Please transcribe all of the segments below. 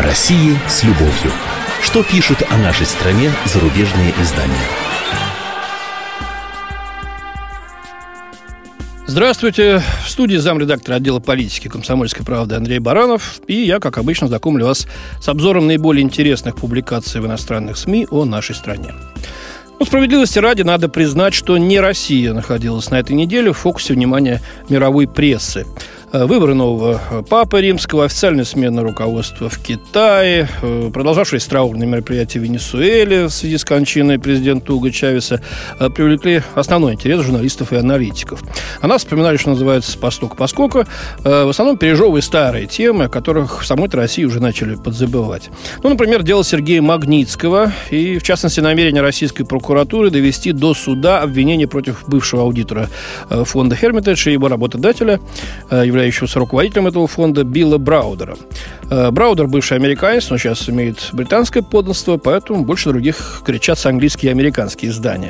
России с любовью. Что пишут о нашей стране зарубежные издания? Здравствуйте. В студии замредактора отдела политики «Комсомольской правды» Андрей Баранов. И я, как обычно, знакомлю вас с обзором наиболее интересных публикаций в иностранных СМИ о нашей стране. Справедливости ради надо признать, что не Россия находилась на этой неделе в фокусе внимания мировой прессы. Выборы нового папы римского, официальная смена руководства в Китае, продолжавшиеся траурные мероприятия в Венесуэле в связи с кончиной президента Уго Чавеса привлекли основной интерес журналистов и аналитиков. А нас вспоминали, что называется, с постока-поскока, в основном пережевывая старые темы, о которых в самой России уже начали подзабывать. Например, дело Сергея Магнитского и, в частности, намерение российской прокуратуры довести до суда обвинение против бывшего аудитора фонда Hermitage и его работодателя, являющегося руководителем этого фонда, Билла Браудера. Браудер бывший американец, но сейчас имеет британское подданство, поэтому больше других кричатся английские и американские издания.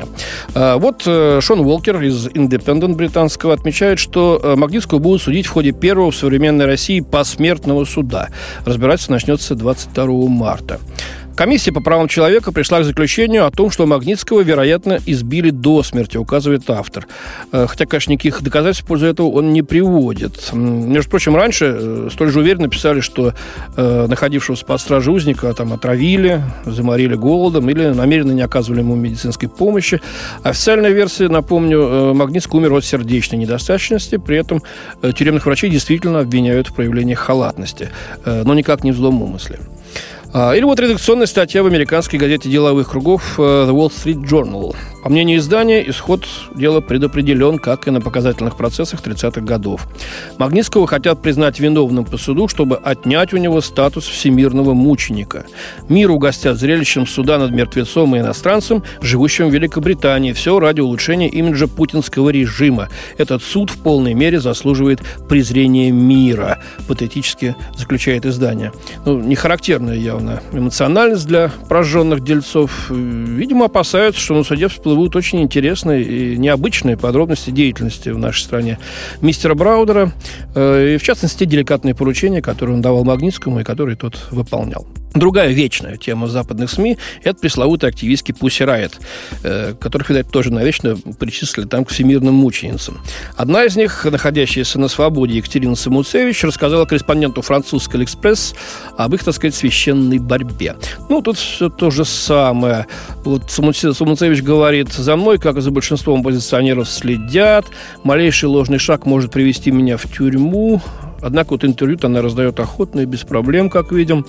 Шон Уолкер из Independent британского отмечает, что Магнитского будут судить в ходе первого в современной России посмертного суда. Разбираться начнется 22 марта. Комиссия по правам человека пришла к заключению о том, что Магнитского, вероятно, избили до смерти, указывает автор. Хотя, конечно, никаких доказательств в пользу этого он не приводит. Между прочим, раньше столь же уверенно писали, что находившегося под стражей узника отравили, заморили голодом или намеренно не оказывали ему медицинской помощи. Официальная версия, напомню, Магнитский умер от сердечной недостаточности, при этом тюремных врачей действительно обвиняют в проявлении халатности, но никак не в злом умысле. Или редакционная статья в американской газете деловых кругов The Wall Street Journal. По мнению издания, исход дела предопределен, как и на показательных процессах 30-х годов. Магнитского хотят признать виновным по суду, чтобы отнять у него статус всемирного мученика. Мир угостят зрелищем суда над мертвецом и иностранцем, живущим в Великобритании. Все ради улучшения имиджа путинского режима. Этот суд в полной мере заслуживает презрения мира, патетически заключает издание. Не характерная явно эмоциональность для прожженных дельцов. Видимо, опасаются, что на суде всплывут очень интересные и необычные подробности деятельности в нашей стране мистера Браудера, и, в частности, деликатные поручения, которые он давал Магнитскому и которые тот выполнял. Другая вечная тема западных СМИ – это пресловутый активистский Pussy Riot, которых, видать, тоже навечно причислили там к всемирным мученицам. Одна из них, находящаяся на свободе, Екатерина Самуцевич, рассказала корреспонденту французского «Экспресс» об их, так сказать, священной борьбе. Тут все то же самое. Самуцевич говорит: «За мной, как и за большинством оппозиционеров, следят. Малейший ложный шаг может привести меня в тюрьму». Однако интервью она раздает охотно и без проблем, как видим.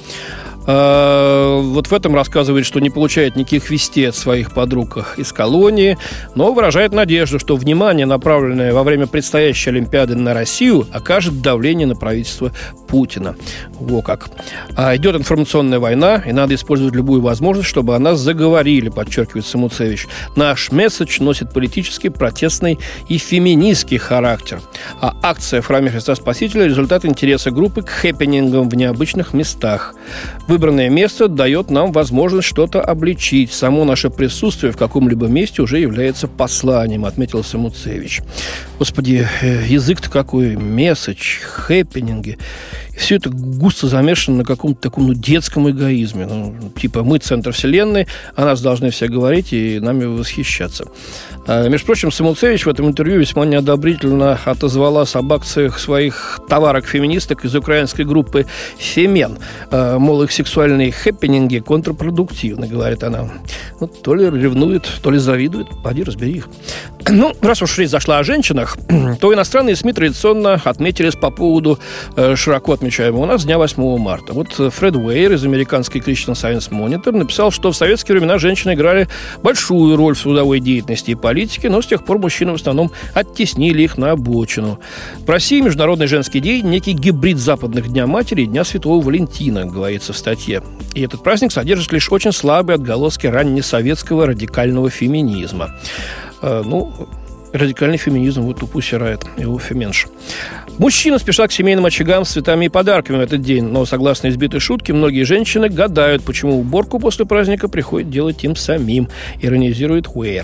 В этом рассказывает, что не получает никаких вестей от своих подруг из колонии, но выражает надежду, что внимание, направленное во время предстоящей Олимпиады на Россию, окажет давление на правительство Путина. Как. Идет информационная война, и надо использовать любую возможность, чтобы о нас заговорили, подчеркивает Самуцевич. Наш месседж носит политический, протестный и феминистский характер. А акция в храме Христа Спасителя – результат интереса группы к хэппенингам в необычных местах. Выбранное место дает нам возможность что-то обличить. Само наше присутствие в каком-либо месте уже является посланием, отметил Самуцевич. Господи, язык-то какой, месседж, хэппенинги. Все это густо замешано на каком-то таком детском эгоизме. Мы центр вселенной, о нас должны все говорить и нами восхищаться. Между прочим, Самуцевич в этом интервью весьма неодобрительно отозвалась об акциях своих товарок-феминисток из украинской группы «Фемен». Мол, их сексуальные хэппенинги контрпродуктивны, говорит она. То ли ревнует, то ли завидует. Поди, разбери их. Раз уж речь зашла о женщинах, то иностранные СМИ традиционно отметились по поводу широко отмечаемого у нас дня 8 марта. Фред Уэйр из американской Christian Science Monitor написал, что в советские времена женщины играли большую роль в судовой деятельности и политике, но с тех пор мужчины в основном оттеснили их на обочину. В России Международный женский день – некий гибрид западных Дня Матери и Дня Святого Валентина, говорится в статье. И этот праздник содержит лишь очень слабые отголоски раннесоветского радикального феминизма. Радикальный феминизм у Pussy Riot, его феменш. Мужчины спешат к семейным очагам с цветами и подарками в этот день, но, согласно избитой шутке, многие женщины гадают, почему уборку после праздника приходится делать им самим, иронизирует Уэйр.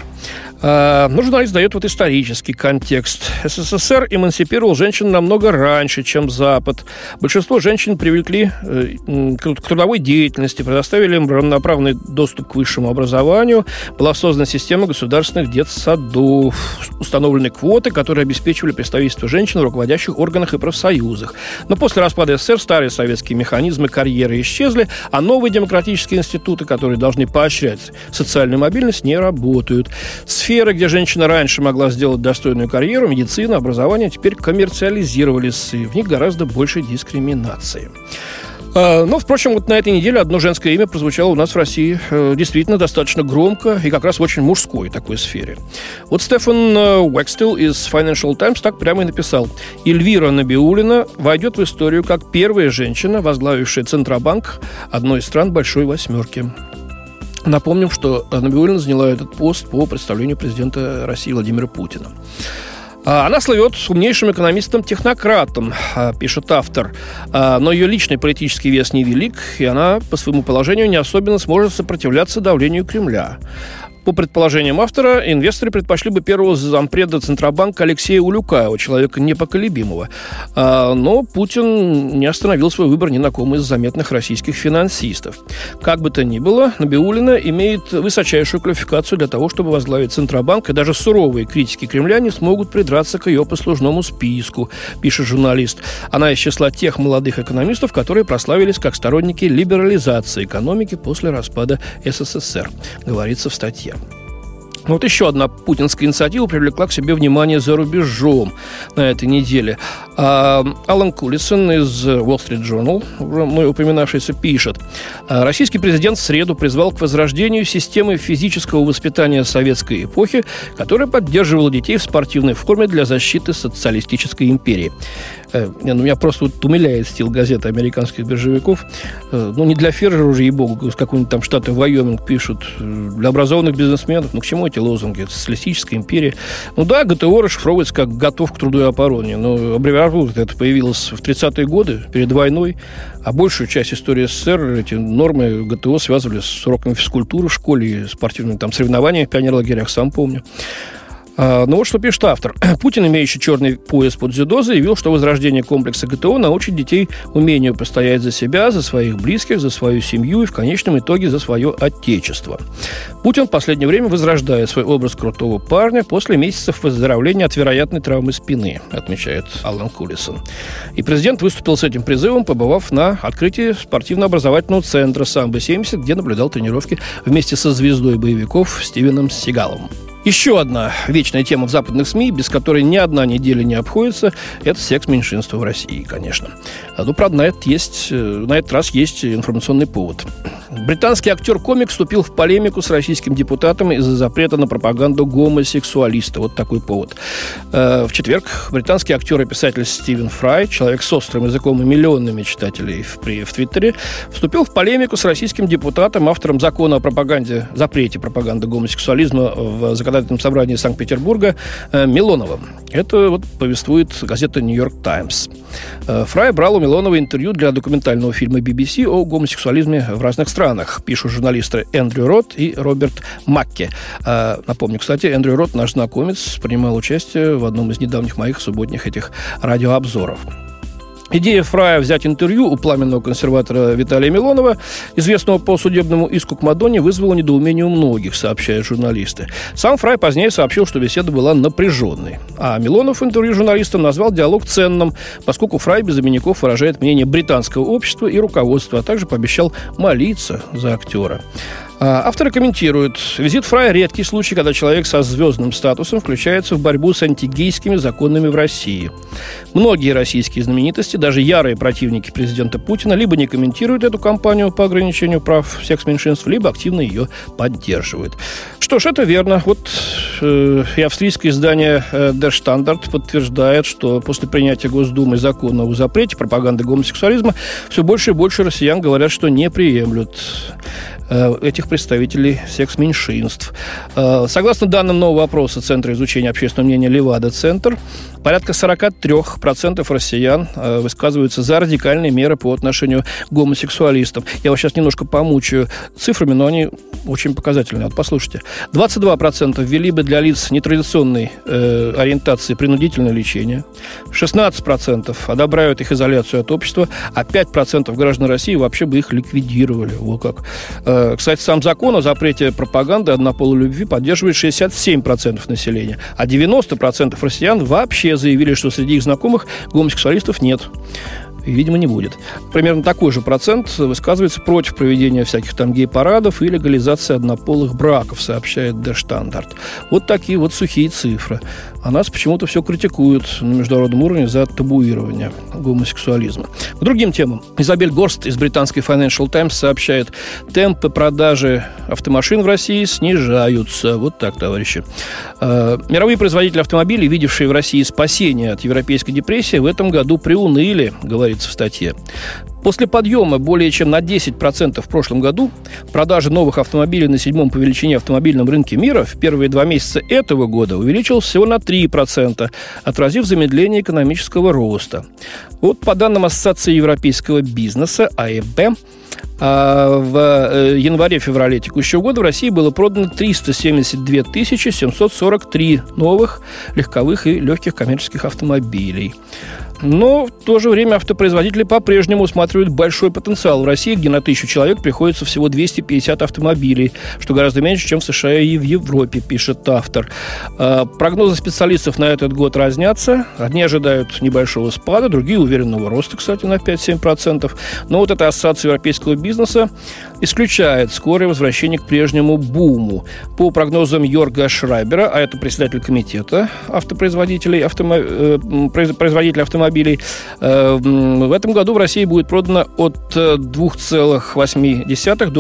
Но журналист дает вот исторический контекст. СССР эмансипировал женщин намного раньше, чем Запад. Большинство женщин привлекли к трудовой деятельности, предоставили им равноправный доступ к высшему образованию. Была создана система государственных детсадов, установлены квоты, которые обеспечивали представительство женщин в руководящих органах и профсоюзах. Но после распада СССР старые советские механизмы карьеры исчезли, а новые демократические институты, которые должны поощрять социальную мобильность, не работают. Сферы, где женщина раньше могла сделать достойную карьеру, медицина, образование, теперь коммерциализировались, и в них гораздо больше дискриминации. Но, впрочем, вот на этой неделе одно женское имя прозвучало у нас в России действительно достаточно громко и как раз в очень мужской такой сфере. Вот Стефан Уэкстил из Financial Times так прямо и написал: Эльвира Набиуллина войдет в историю как первая женщина, возглавившая Центробанк одной из стран Большой Восьмерки. Напомним, что Набиуллина заняла этот пост по представлению президента России Владимира Путина. Она слывет умнейшим экономистом-технократом, пишет автор. Но ее личный политический вес невелик, и она по своему положению не особенно сможет сопротивляться давлению Кремля. По предположениям автора, инвесторы предпочли бы первого зампреда Центробанка Алексея Улюкаева, человека непоколебимого. Но Путин не остановил свой выбор ни на ком из заметных российских финансистов. Как бы то ни было, Набиуллина имеет высочайшую квалификацию для того, чтобы возглавить Центробанк, и даже суровые критики Кремля не смогут придраться к ее послужному списку, пишет журналист. Она из числа тех молодых экономистов, которые прославились как сторонники либерализации экономики после распада СССР, говорится в статье. Вот еще одна путинская инициатива привлекла к себе внимание за рубежом на этой неделе. Алан Кулисон из Wall Street Journal, мной упоминавшийся, пишет: российский президент в среду призвал к возрождению системы физического воспитания советской эпохи, которая поддерживала детей в спортивной форме для защиты социалистической империи. Меня просто умиляет стиль газеты американских биржевиков. Не для фермеров же, ей-богу, с какого-нибудь там штата Вайоминг пишут. Для образованных бизнесменов. К чему эти лозунги? Это социалистическая империя. ГТО расшифровывается как «готов к труду и обороне». Но аббревиатура это появилась в 30-е годы, перед войной. А большую часть истории СССР эти нормы ГТО связывали с уроками физкультуры в школе и спортивными соревнованиями в пионерлагерях, сам помню. Вот что пишет автор. Путин, имеющий черный пояс под дзюдо, заявил, что возрождение комплекса ГТО научит детей умению постоять за себя, за своих близких, за свою семью и в конечном итоге за свое отечество. Путин в последнее время возрождает свой образ крутого парня после месяцев выздоровления от вероятной травмы спины, отмечает Алан Кулисон. И президент выступил с этим призывом, побывав на открытии спортивно-образовательного центра «Самбо-70», где наблюдал тренировки вместе со звездой боевиков Стивеном Сигалом. Еще одна вечная тема в западных СМИ, без которой ни одна неделя не обходится, это секс-меньшинство в России, конечно. Правда, на этот раз есть информационный повод. Британский актер-комик вступил в полемику с российским депутатом из-за запрета на пропаганду гомосексуалиста. Вот такой повод. В четверг британский актер и писатель Стивен Фрай, человек с острым языком и миллионами читателей в Твиттере, вступил в полемику с российским депутатом, автором закона о запрете пропаганды гомосексуализма в законодательном собрании Санкт-Петербурга Милоновым. Это повествует газета «Нью-Йорк Таймс». Фрай брал у Милонова интервью для документального фильма BBC о гомосексуализме в разных странах, пишут журналисты Эндрю Рот и Роберт Макки. Напомню, кстати, Эндрю Рот, наш знакомец, принимал участие в одном из недавних моих субботних этих радиообзоров. Идея Фрая взять интервью у пламенного консерватора Виталия Милонова, известного по судебному иску к Мадонне, вызвало недоумение у многих, сообщают журналисты. Сам Фрай позднее сообщил, что беседа была напряженной. А Милонов в интервью журналистам назвал диалог ценным, поскольку Фрай без обиняков выражает мнение британского общества и руководства, а также пообещал молиться за актера. Авторы комментируют: визит Фрая – редкий случай, когда человек со звездным статусом включается в борьбу с антигейскими законами в России. Многие российские знаменитости, даже ярые противники президента Путина, либо не комментируют эту кампанию по ограничению прав секс-меньшинств, либо активно ее поддерживают. Что ж, это верно. И австрийское издание Der Standard подтверждает, что после принятия Госдумой закона о запрете пропаганды гомосексуализма все больше и больше россиян говорят, что не приемлют этих представителей секс-меньшинств. Согласно данным нового опроса Центра изучения общественного мнения «Левада-центр», порядка 43% россиян высказываются за радикальные меры по отношению к гомосексуалистам. Я вас сейчас немножко помучаю цифрами, но они очень показательные. Вот послушайте. 22% ввели бы для лиц нетрадиционной ориентации принудительное лечение. 16% одобряют их изоляцию от общества, а 5% граждан России вообще бы их ликвидировали. Вот как. Кстати, сам закон о запрете пропаганды однополой любви поддерживает 67% населения, а 90% россиян вообще заявили, что среди их знакомых гомосексуалистов нет. И, видимо, не будет. Примерно такой же процент высказывается против проведения всяких там гей-парадов и легализации однополых браков, сообщает Der Standard. Вот такие вот сухие цифры. А нас почему-то все критикуют на международном уровне за табуирование гомосексуализма. К другим темам. Изабель Горст из британской Financial Times сообщает, темпы продажи автомашин в России снижаются. Вот так, товарищи. Мировые производители автомобилей, видевшие в России спасение от европейской депрессии, в этом году приуныли, говорится в статье. После подъема более чем на 10% в прошлом году продажи новых автомобилей на 7-м по величине автомобильном рынке мира в первые 2 месяца этого года увеличилось всего на 3%, отразив замедление экономического роста. Вот по данным Ассоциации европейского бизнеса АЭБ, в январе-феврале текущего года в России было продано 372 743 новых легковых и легких коммерческих автомобилей. Но в то же время автопроизводители по-прежнему усматривают большой потенциал в России, где на 1000 человек приходится всего 250 автомобилей, что гораздо меньше, чем в США и в Европе, пишет автор. Прогнозы специалистов на этот год разнятся. Одни ожидают небольшого спада, другие уверенного роста, кстати, на 5-7%. Но вот эта ассоциация европейского бизнеса исключает скорое возвращение к прежнему буму. По прогнозам Йорга Шрайбера, а это председатель комитета производителей автомобилей, в этом году в России будет продано от 2,8 до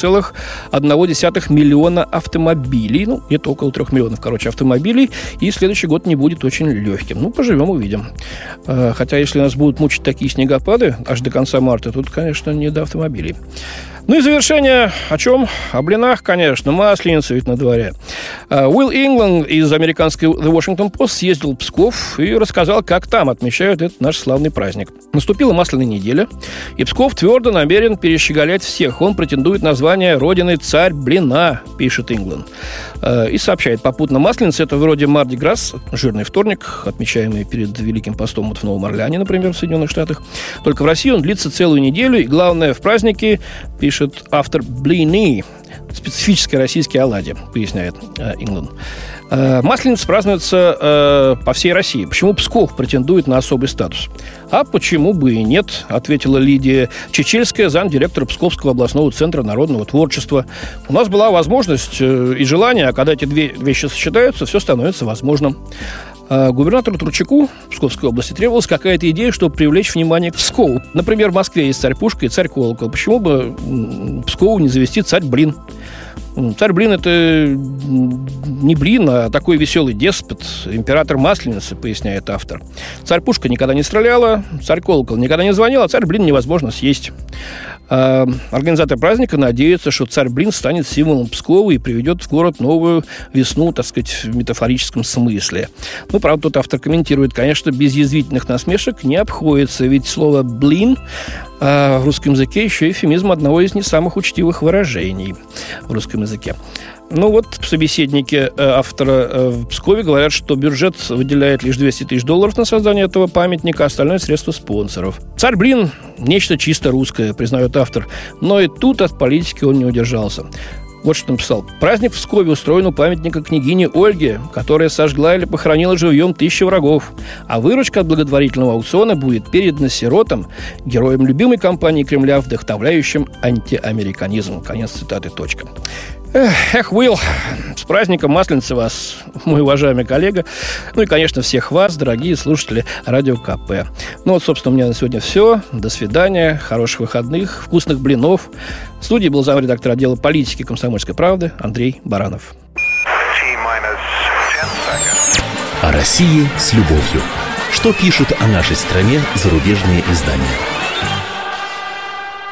3,1 миллиона автомобилей. Ну, где-то около 3 миллионов, автомобилей. И следующий год не будет очень легким. Ну, поживем, увидим. Хотя, если нас будут мучить такие снегопады аж до конца марта, тут, конечно, не до автомобилей. Ну и завершение о чем? О блинах, конечно. Масленица ведь на дворе. Уилл Ингланд из американской The Washington Post съездил в Псков и рассказал, как там отмечают этот наш славный праздник. Наступила Масляная неделя, и Псков твердо намерен перещеголять всех. Он претендует на звание родины царь блина, пишет Ингланд. И сообщает, попутно Масленица — это вроде Марди Грасс, жирный вторник, отмечаемый перед Великим постом в Новом Орлеане, например, в Соединенных Штатах. Только в России он длится целую неделю, и главное, в празднике, пишет автор, блины, специфические российские оладьи, поясняет Ингланд. Масленица празднуется по всей России. Почему Псков претендует на особый статус? А почему бы и нет, ответила Лидия Чечельская, замдиректора Псковского областного центра народного творчества. У нас была возможность и желание, а когда эти две вещи сочетаются, все становится возможным. Губернатору Турчаку Псковской области требовалась какая-то идея, чтобы привлечь внимание к Пскову. Например, в Москве есть царь-пушка и царь-колокол. Почему бы Пскову не завести царь-блин? Царь-блин – это не блин, а такой веселый деспот, император Масленицы, поясняет автор. Царь-пушка никогда не стреляла, царь-колокол никогда не звонил, а царь-блин невозможно съесть. Организатор праздника надеется, что царь-блин станет символом Пскова и приведет в город новую весну, так сказать, в метафорическом смысле. Ну, правда, тут автор комментирует, конечно, без язвительных насмешек не обходится, ведь слово «блин» в русском языке еще эвфемизм одного из не самых учтивых выражений в русском языке. Ну вот, собеседники автора в Пскове говорят, что бюджет выделяет лишь $200 тысяч на создание этого памятника, остальное средства спонсоров. Царь-блин – нечто чисто русское, признает автор, но и тут от политики он не удержался. Вот что он писал. Праздник в Пскове устроен у памятника княгине Ольге, которая сожгла или похоронила живьем 1000 врагов. А выручка от благотворительного аукциона будет передана сиротам, героям любимой кампании Кремля, вдохновляющим антиамериканизм. Конец цитаты. Точка. Эх, Уилл, с праздником Масленицы вас, мой уважаемый коллега. Ну и, конечно, всех вас, дорогие слушатели Радио КП. Ну вот, собственно, у меня на сегодня все. До свидания, хороших выходных, вкусных блинов. В студии был замредактор отдела политики «Комсомольской правды» Андрей Баранов. О России с любовью. Что пишут о нашей стране зарубежные издания?